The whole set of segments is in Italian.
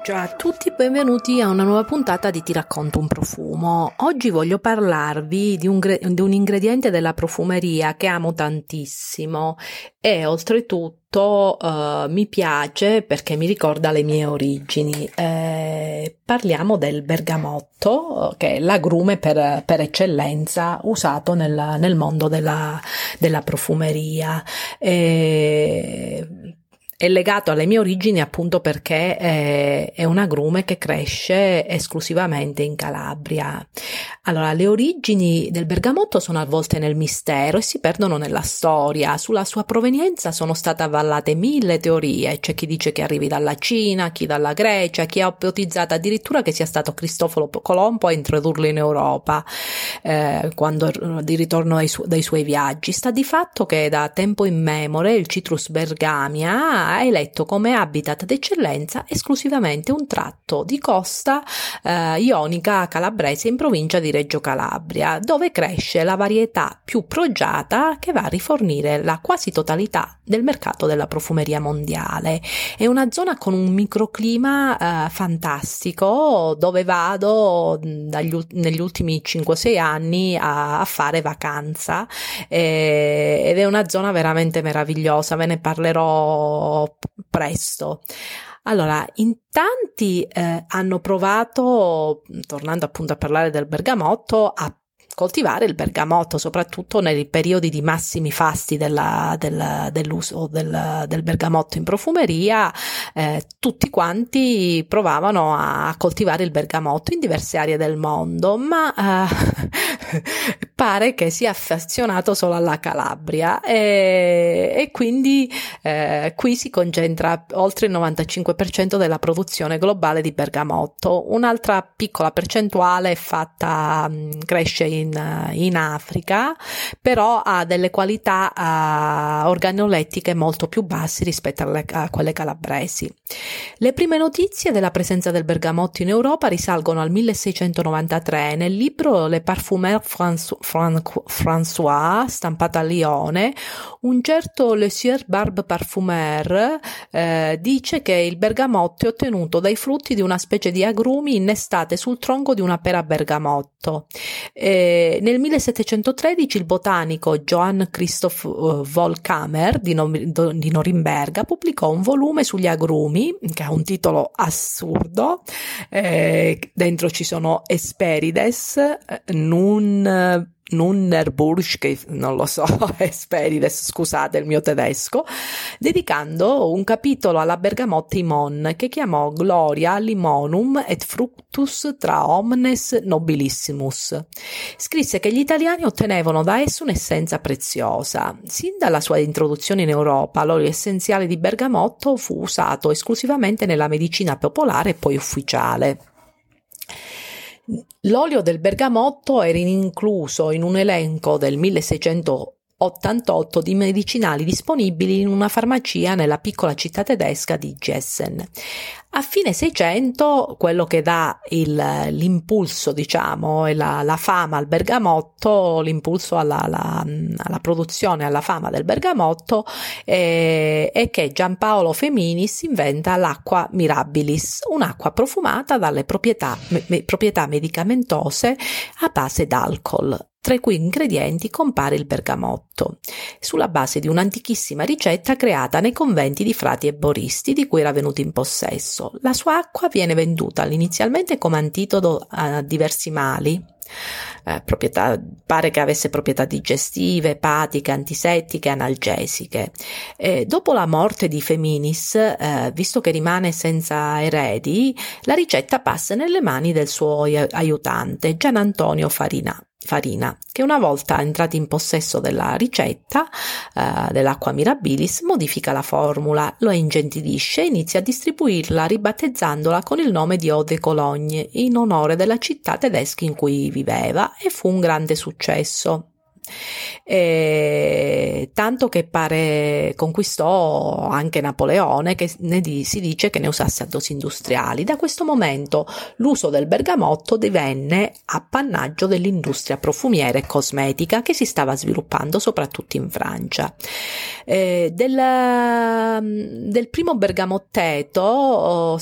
Ciao a tutti, benvenuti a una nuova puntata di Ti racconto un profumo. Oggi voglio parlarvi di un ingrediente della profumeria che amo tantissimo e oltretutto mi piace perché mi ricorda le mie origini. Parliamo del bergamotto, che è l'agrume per eccellenza usato nel mondo della profumeria. È legato alle mie origini appunto perché è un agrume che cresce esclusivamente in Calabria. Allora, le origini del bergamotto sono avvolte nel mistero e si perdono nella storia. Sulla sua provenienza sono state avvallate 1000 teorie. C'è chi dice che arrivi dalla Cina, chi dalla Grecia, chi ha ipotizzato addirittura che sia stato Cristoforo Colombo a introdurlo in Europa quando di ritorno dai suoi viaggi. Sta di fatto che da tempo immemore il Citrus bergamia ha eletto come habitat d'eccellenza esclusivamente un tratto di costa ionica calabrese in provincia di Reggio Calabria, dove cresce la varietà più pregiata che va a rifornire la quasi totalità del mercato della profumeria mondiale. È una zona con un microclima fantastico dove vado negli ultimi 5-6 anni a fare vacanza ed è una zona veramente meravigliosa, ve ne parlerò presto. Allora, in tanti hanno provato, tornando appunto a parlare del bergamotto, a coltivare il bergamotto, soprattutto nei periodi di massimi fasti dell'uso del bergamotto in profumeria. Tutti quanti provavano a coltivare il bergamotto in diverse aree del mondo, ma pare che sia affezionato solo alla Calabria e quindi qui si concentra oltre il 95% della produzione globale di bergamotto. Un'altra piccola percentuale è fatta, cresce in Africa, però ha delle qualità organolettiche molto più basse rispetto a quelle calabresi. Le prime notizie della presenza del bergamotto in Europa risalgono al 1693 nel libro Le Parfumeurs François, stampato a Lione. Un certo Le Sieur Barbe Parfumeur dice che il bergamotto è ottenuto dai frutti di una specie di agrumi innestate sul tronco di una pera bergamotto. Nel 1713 il botanico Johann Christoph Vollkammer di Norimberga pubblicò un volume sugli agrumi che ha un titolo assurdo. Dentro ci sono Hesperides, Nunnerburg, che non lo so, Hesperides, scusate il mio tedesco, dedicando un capitolo alla bergamotta Imon, che chiamò Gloria Limonum et fructus tra omnes nobilissimus. Scrisse che gli italiani ottenevano da esso un'essenza preziosa. Sin dalla sua introduzione in Europa, l'olio essenziale di bergamotto fu usato esclusivamente nella medicina popolare e poi ufficiale. L'olio del bergamotto era incluso in un elenco del 1688 di medicinali disponibili in una farmacia nella piccola città tedesca di Gessen. A fine 600, quello che dà l'impulso, diciamo, e la fama al bergamotto, l'impulso alla produzione, alla fama del bergamotto, è che Giampaolo Feminis inventa l'acqua mirabilis, un'acqua profumata dalle proprietà medicamentose a base d'alcol, tra i cui ingredienti compare il bergamotto, sulla base di un'antichissima ricetta creata nei conventi di frati e boristi di cui era venuto in possesso. La sua acqua viene venduta inizialmente come antidoto a diversi mali, pare che avesse proprietà digestive, epatiche, antisettiche, analgesiche. Dopo la morte di Feminis, visto che rimane senza eredi, la ricetta passa nelle mani del suo aiutante Gian Antonio Farina, che una volta entrati in possesso della ricetta dell'acqua mirabilis modifica la formula, lo ingentidisce e inizia a distribuirla ribattezzandola con il nome di Eau de Cologne in onore della città tedesca in cui viveva, e fu un grande successo. tanto che conquistò anche Napoleone, che si dice che ne usasse a dosi industriali. Da questo momento l'uso del bergamotto divenne appannaggio dell'industria profumiera e cosmetica che si stava sviluppando soprattutto in Francia. Del primo bergamotteto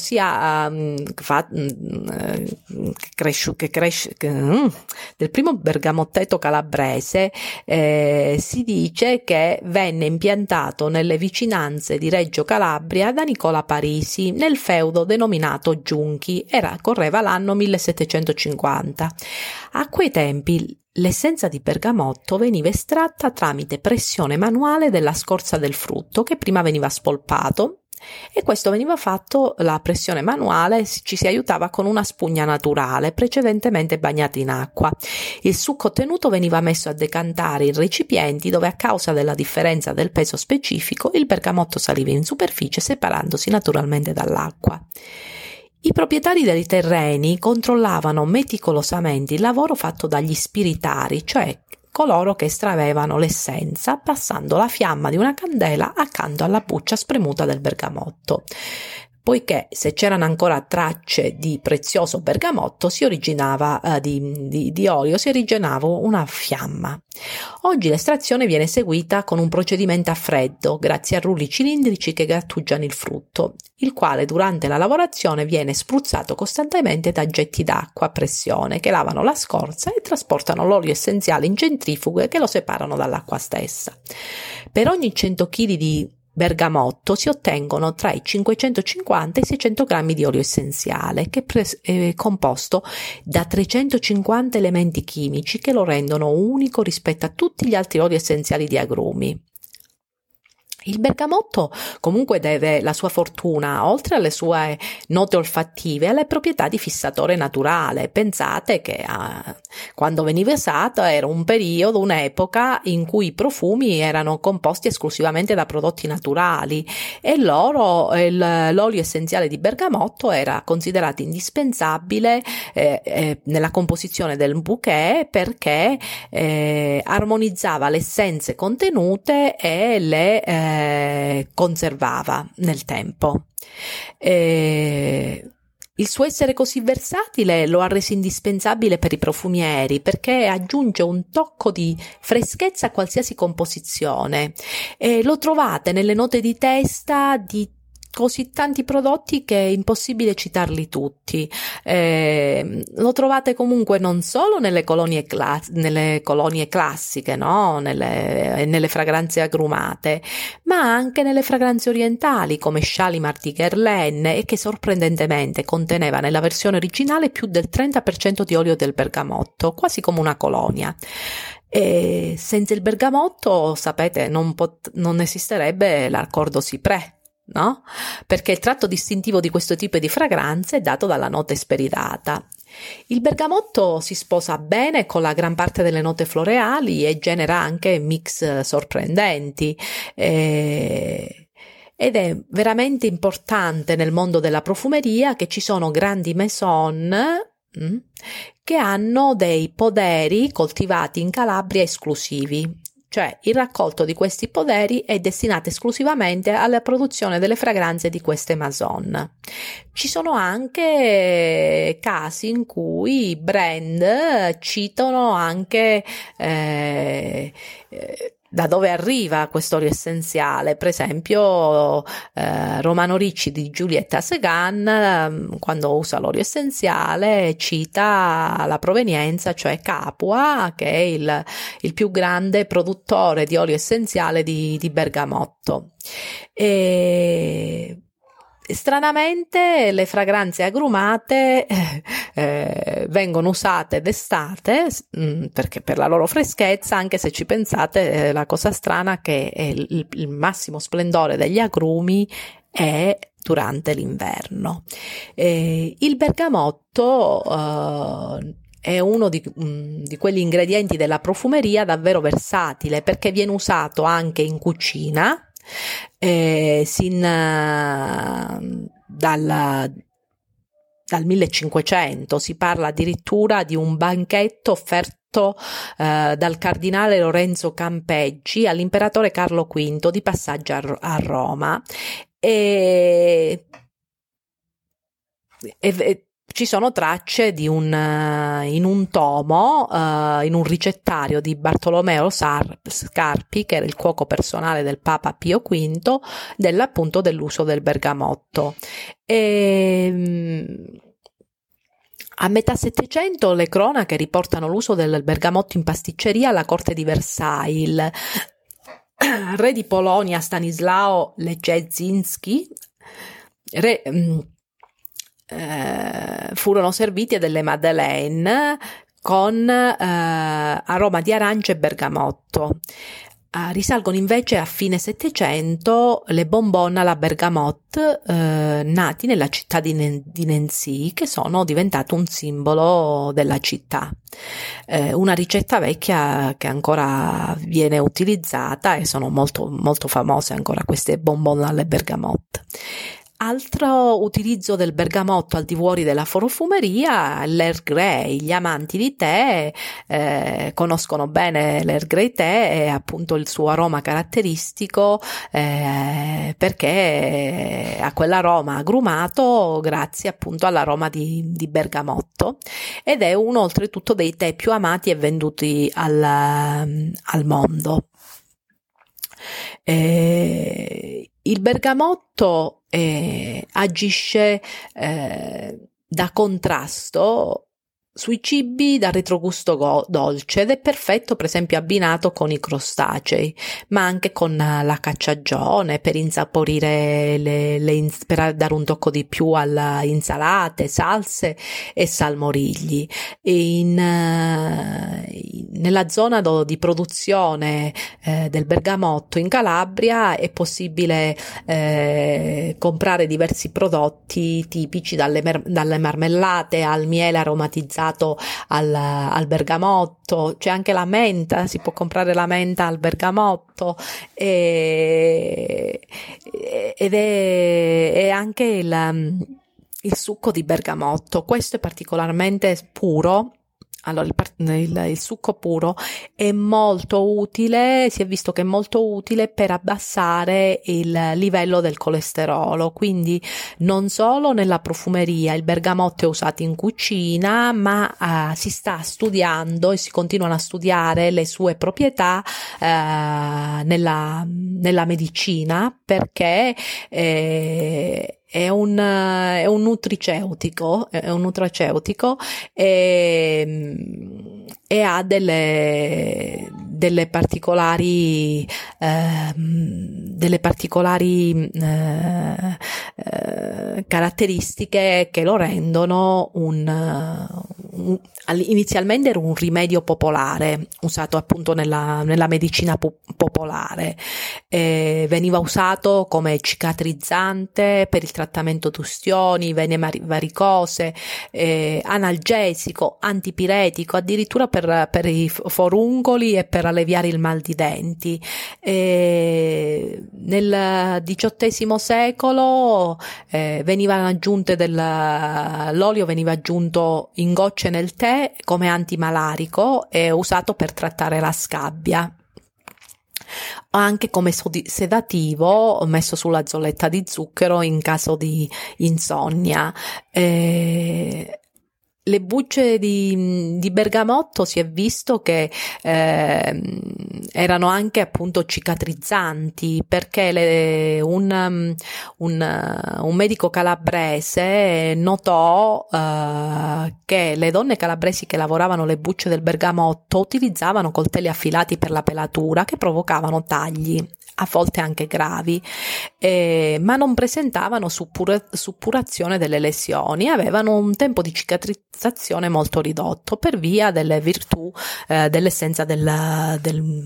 del primo bergamotteto calabrese si dice che venne impiantato nelle vicinanze di Reggio Calabria da Nicola Parisi nel feudo denominato Giunchi, correva l'anno 1750. A quei tempi l'essenza di bergamotto veniva estratta tramite pressione manuale della scorza del frutto, che prima veniva spolpato, e questo veniva fatto, la pressione manuale, ci si aiutava con una spugna naturale precedentemente bagnata in acqua. Il succo ottenuto veniva messo a decantare in recipienti dove, a causa della differenza del peso specifico, il bergamotto saliva in superficie separandosi naturalmente dall'acqua. I proprietari dei terreni controllavano meticolosamente il lavoro fatto dagli spiritari, cioè coloro che estraevano l'essenza passando la fiamma di una candela accanto alla buccia spremuta del bergamotto, poiché se c'erano ancora tracce di prezioso bergamotto di olio si originava una fiamma. Oggi l'estrazione viene eseguita con un procedimento a freddo, grazie a rulli cilindrici che grattugiano il frutto, il quale durante la lavorazione viene spruzzato costantemente da getti d'acqua a pressione che lavano la scorza e trasportano l'olio essenziale in centrifughe che lo separano dall'acqua stessa. Per ogni 100 kg di bergamotto si ottengono tra i 550 e i 600 grammi di olio essenziale, che è composto da 350 elementi chimici che lo rendono unico rispetto a tutti gli altri oli essenziali di agrumi. Il bergamotto comunque deve la sua fortuna, oltre alle sue note olfattive, alle proprietà di fissatore naturale. Pensate che quando veniva usato era un periodo, un'epoca in cui i profumi erano composti esclusivamente da prodotti naturali e l'olio essenziale di bergamotto era considerato indispensabile nella composizione del bouquet, perché armonizzava le essenze contenute e le conservava nel tempo. Il suo essere così versatile lo ha reso indispensabile per i profumieri, perché aggiunge un tocco di freschezza a qualsiasi composizione. Lo trovate nelle note di testa di così tanti prodotti che è impossibile citarli tutti. Lo trovate comunque non solo nelle colonie classiche, no? Nelle fragranze agrumate, ma anche nelle fragranze orientali come Shalimar di Guerlain, e che sorprendentemente conteneva nella versione originale più del 30% di olio del bergamotto, quasi come una colonia. E senza il bergamotto, sapete, non esisterebbe l'accordo Cyprès, no? Perché il tratto distintivo di questo tipo di fragranze è dato dalla nota esperitata. Il bergamotto si sposa bene con la gran parte delle note floreali e genera anche mix sorprendenti. Ed è veramente importante nel mondo della profumeria che ci sono grandi maison che hanno dei poderi coltivati in Calabria esclusivi. Cioè, il raccolto di questi poderi è destinato esclusivamente alla produzione delle fragranze di queste maison. Ci sono anche casi in cui i brand citano anche da dove arriva quest'olio essenziale. Per esempio Romano Ricci di Giulietta Segan, quando usa l'olio essenziale, cita la provenienza, cioè Capua, che è il più grande produttore di olio essenziale di bergamotto. Stranamente le fragranze agrumate vengono usate d'estate, perché per la loro freschezza, anche se ci pensate, la cosa strana è che il massimo splendore degli agrumi è durante l'inverno. Il bergamotto è uno di quegli ingredienti della profumeria davvero versatile, perché viene usato anche in cucina, dal 1500, si parla addirittura di un banchetto offerto dal cardinale Lorenzo Campeggi all'imperatore Carlo V di passaggio a Roma. E ci sono tracce di in un tomo, in un ricettario di Bartolomeo Scarpi, che era il cuoco personale del Papa Pio V, appunto dell'uso del bergamotto. A metà Settecento le cronache riportano l'uso del bergamotto in pasticceria alla corte di Versailles. Il re di Polonia Stanislao Leczeński furono serviti delle madeleine con aroma di arance e bergamotto. Risalgono invece a fine Settecento le bonbonne alla bergamotte nati nella città di Nancy, che sono diventate un simbolo della città. Una ricetta vecchia che ancora viene utilizzata, e sono molto, molto famose ancora queste bonbonne alle bergamotte. Altro utilizzo del bergamotto al di fuori della profumeria, l'Earl Grey. Gli amanti di tè conoscono bene l'Earl Grey tè e appunto il suo aroma caratteristico, perché ha quell'aroma agrumato grazie appunto all'aroma di bergamotto, ed è uno oltretutto dei tè più amati e venduti al mondo. Il bergamotto agisce da contrasto sui cibi dal retrogusto dolce ed è perfetto per esempio abbinato con i crostacei, ma anche con la cacciagione per insaporire per dare un tocco di più alle insalate, salse e salmorigli. Nella zona di produzione del bergamotto in Calabria è possibile comprare diversi prodotti tipici, dalle marmellate al miele aromatizzato al bergamotto. C'è anche la menta, si può comprare la menta al bergamotto, ed è anche il succo di bergamotto. Questo è particolarmente puro. Allora, il succo puro è molto utile, si è visto che è molto utile per abbassare il livello del colesterolo, quindi non solo nella profumeria il bergamotto è usato in cucina, ma si sta studiando e si continuano a studiare le sue proprietà nella medicina, perché è un nutraceutico e ha delle particolari caratteristiche che lo rendono inizialmente era un rimedio popolare usato appunto nella medicina popolare, veniva usato come cicatrizzante per il trattamento di ustioni, vene varicose, analgesico, antipiretico, addirittura per i foruncoli e per alleviare il mal di denti. Nel XVIII secolo l'olio veniva aggiunto in gocce nel tè come antimalarico e usato per trattare la scabbia, anche come sedativo messo sulla zolletta di zucchero in caso di insonnia. Le bucce di bergamotto si è visto che erano anche appunto cicatrizzanti, perché un medico calabrese notò che le donne calabresi che lavoravano le bucce del bergamotto utilizzavano coltelli affilati per la pelatura che provocavano tagli, a volte anche gravi, ma non presentavano suppurazione delle lesioni, avevano un tempo di cicatrizzazione molto ridotto per via delle virtù dell'essenza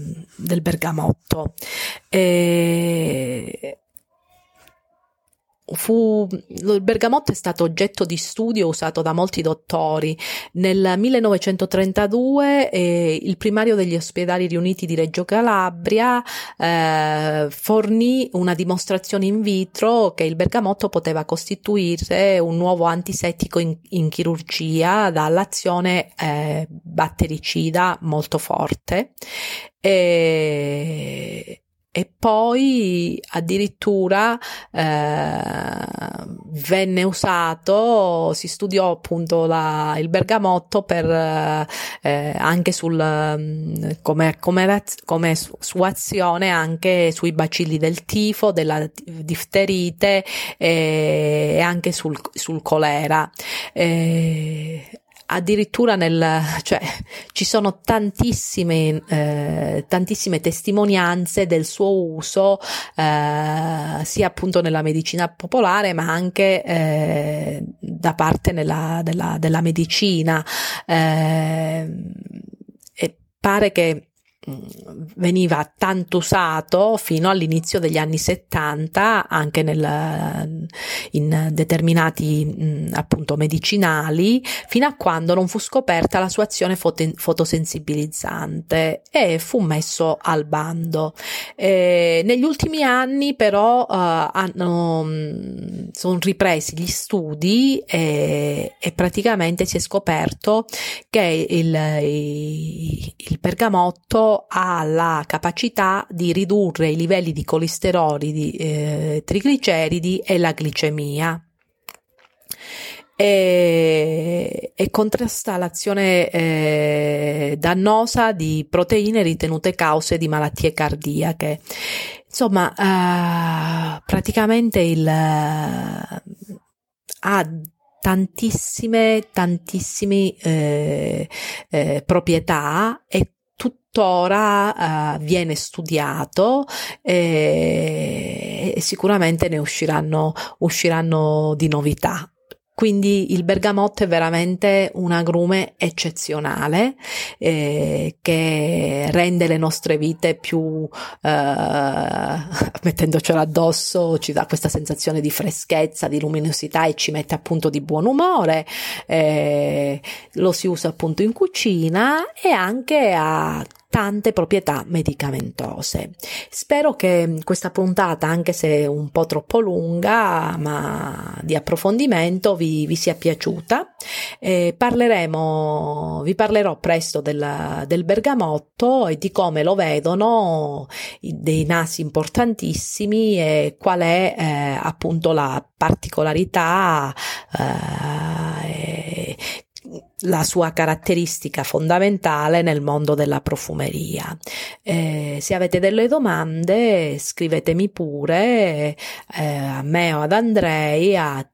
del bergamotto. il bergamotto è stato oggetto di studio usato da molti dottori. Nel 1932 il primario degli ospedali riuniti di Reggio Calabria fornì una dimostrazione in vitro che il bergamotto poteva costituire un nuovo antisettico in chirurgia dall'azione battericida molto forte. E poi addirittura venne usato, si studiò appunto il bergamotto per anche come sua azione anche sui bacilli del tifo, della difterite e anche sul colera. Addirittura ci sono tantissime testimonianze del suo uso sia appunto nella medicina popolare ma anche da parte della medicina, e pare che veniva tanto usato fino all'inizio degli anni 70 anche in determinati appunto medicinali, fino a quando non fu scoperta la sua azione fotosensibilizzante e fu messo al bando. Negli ultimi anni però sono ripresi gli studi e praticamente si è scoperto che il bergamotto ha la capacità di ridurre i livelli di colesteroli, trigliceridi e la glicemia. E contrasta l'azione dannosa di proteine ritenute cause di malattie cardiache. Insomma, praticamente ha tantissime proprietà e tuttora viene studiato e sicuramente ne usciranno di novità. Quindi il bergamotto è veramente un agrume eccezionale che rende le nostre vite più, mettendocelo addosso, ci dà questa sensazione di freschezza, di luminosità e ci mette appunto di buon umore. Lo si usa appunto in cucina e anche a tante proprietà medicamentose. Spero che questa puntata, anche se un po' troppo lunga, ma di approfondimento, vi sia piaciuta. Vi parlerò presto del bergamotto e di come lo vedono, dei nasi importantissimi e qual è appunto la particolarità, la sua caratteristica fondamentale nel mondo della profumeria. Se avete delle domande scrivetemi pure a me o ad Andrei a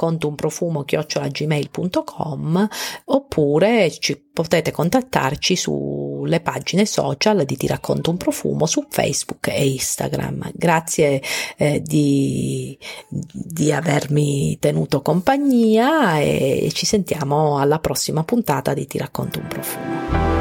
tiraccontounprofumo@gmail.com, oppure potete contattarci sulle pagine social di Ti racconto un profumo su Facebook e Instagram. Grazie di avermi tenuto compagnia e ci sentiamo alla prossima puntata di Ti racconto un profumo.